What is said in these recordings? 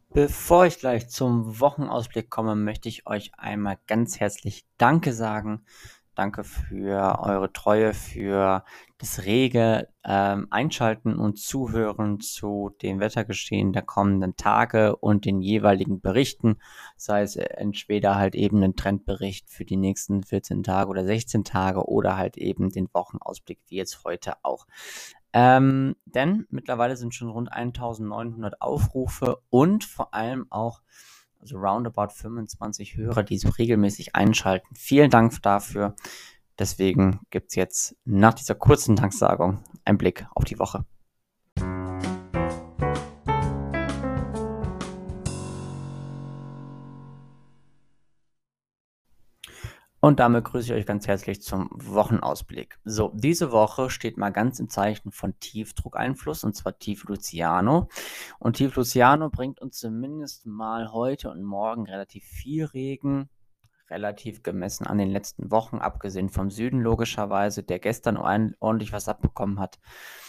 Bevor ich gleich zum Wochenausblick komme, möchte ich euch einmal ganz herzlich Danke sagen. Danke für eure Treue, für das rege Einschalten und Zuhören zu dem Wettergeschehen der kommenden Tage und den jeweiligen Berichten, sei es entweder halt eben ein Trendbericht für die nächsten 14 Tage oder 16 Tage oder halt eben den Wochenausblick, wie jetzt heute auch. Denn mittlerweile sind schon rund 1900 Aufrufe und vor allem auch also roundabout 25 Hörer, die so regelmäßig einschalten. Vielen Dank dafür. Deswegen gibt es jetzt nach dieser kurzen Danksagung einen Blick auf die Woche. Und damit grüße ich euch ganz herzlich zum Wochenausblick. So, diese Woche steht mal ganz im Zeichen von Tiefdruckeinfluss, und zwar Tief Luciano. Und Tief Luciano bringt uns zumindest mal heute und morgen relativ viel Regen, relativ gemessen an den letzten Wochen, abgesehen vom Süden logischerweise, der gestern ordentlich was abbekommen hat.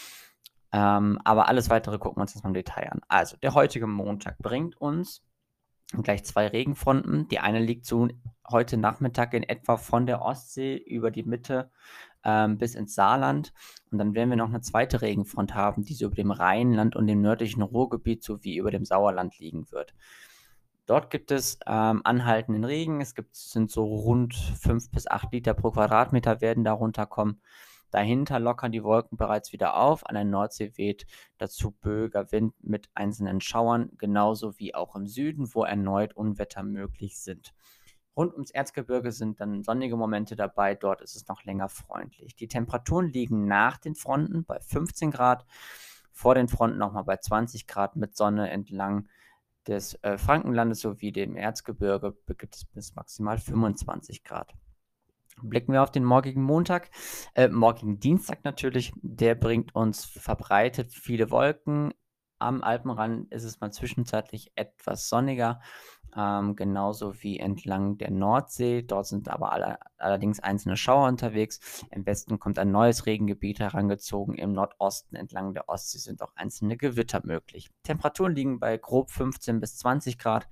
Aber alles Weitere gucken wir uns jetzt mal im Detail an. Also, der heutige Montag bringt uns gleich zwei Regenfronten. Die eine liegt so heute Nachmittag in etwa von der Ostsee über die Mitte bis ins Saarland. Und dann werden wir noch eine zweite Regenfront haben, die so über dem Rheinland und dem nördlichen Ruhrgebiet sowie über dem Sauerland liegen wird. Dort gibt es anhaltenden Regen. Sind so rund 5 bis 8 Liter pro Quadratmeter werden da runterkommen. Dahinter lockern die Wolken bereits wieder auf. An der Nordsee weht dazu böiger Wind mit einzelnen Schauern, genauso wie auch im Süden, wo erneut Unwetter möglich sind. Rund ums Erzgebirge sind dann sonnige Momente dabei. Dort ist es noch länger freundlich. Die Temperaturen liegen nach den Fronten bei 15 Grad, vor den Fronten nochmal bei 20 Grad mit Sonne entlang des Frankenlandes sowie dem Erzgebirge gibt es bis maximal 25 Grad. Blicken wir auf den morgigen Dienstag natürlich, der bringt uns verbreitet viele Wolken. Am Alpenrand ist es mal zwischenzeitlich etwas sonniger, genauso wie entlang der Nordsee. Dort sind aber allerdings einzelne Schauer unterwegs. Im Westen kommt ein neues Regengebiet herangezogen. Im Nordosten entlang der Ostsee sind auch einzelne Gewitter möglich. Temperaturen liegen bei grob 15 bis 20 Grad.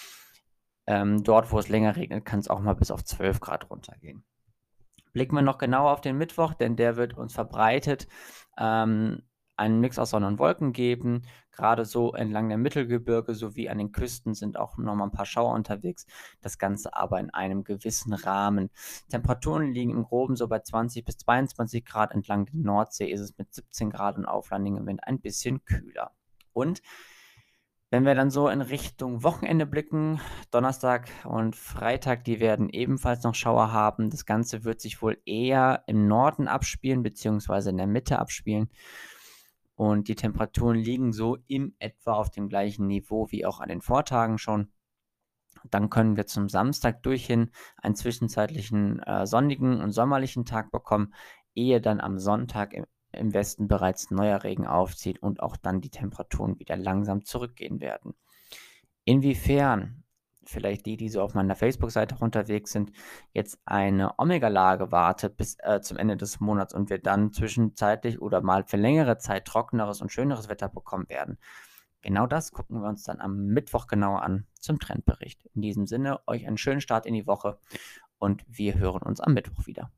Dort, wo es länger regnet, kann es auch mal bis auf 12 Grad runtergehen. Blicken wir noch genauer auf den Mittwoch, denn der wird uns verbreitet einen Mix aus Sonne und Wolken geben. Gerade so entlang der Mittelgebirge sowie an den Küsten sind auch noch mal ein paar Schauer unterwegs. Das Ganze aber in einem gewissen Rahmen. Temperaturen liegen im Groben so bei 20 bis 22 Grad. Entlang der Nordsee ist es mit 17 Grad und auflandigem Wind ein bisschen kühler. Und wenn wir dann so in Richtung Wochenende blicken, Donnerstag und Freitag, die werden ebenfalls noch Schauer haben. Das Ganze wird sich wohl eher im Norden abspielen, beziehungsweise in der Mitte abspielen. Und die Temperaturen liegen so in etwa auf dem gleichen Niveau wie auch an den Vortagen schon. Dann können wir zum Samstag durchhin einen zwischenzeitlichen sonnigen und sommerlichen Tag bekommen, ehe dann am Sonntag im Westen bereits neuer Regen aufzieht und auch dann die Temperaturen wieder langsam zurückgehen werden. Inwiefern vielleicht die so auf meiner Facebook-Seite auch unterwegs sind, jetzt eine Omega-Lage wartet bis zum Ende des Monats und wir dann zwischenzeitlich oder mal für längere Zeit trockeneres und schöneres Wetter bekommen werden. Genau das gucken wir uns dann am Mittwoch genauer an zum Trendbericht. In diesem Sinne, euch einen schönen Start in die Woche und wir hören uns am Mittwoch wieder.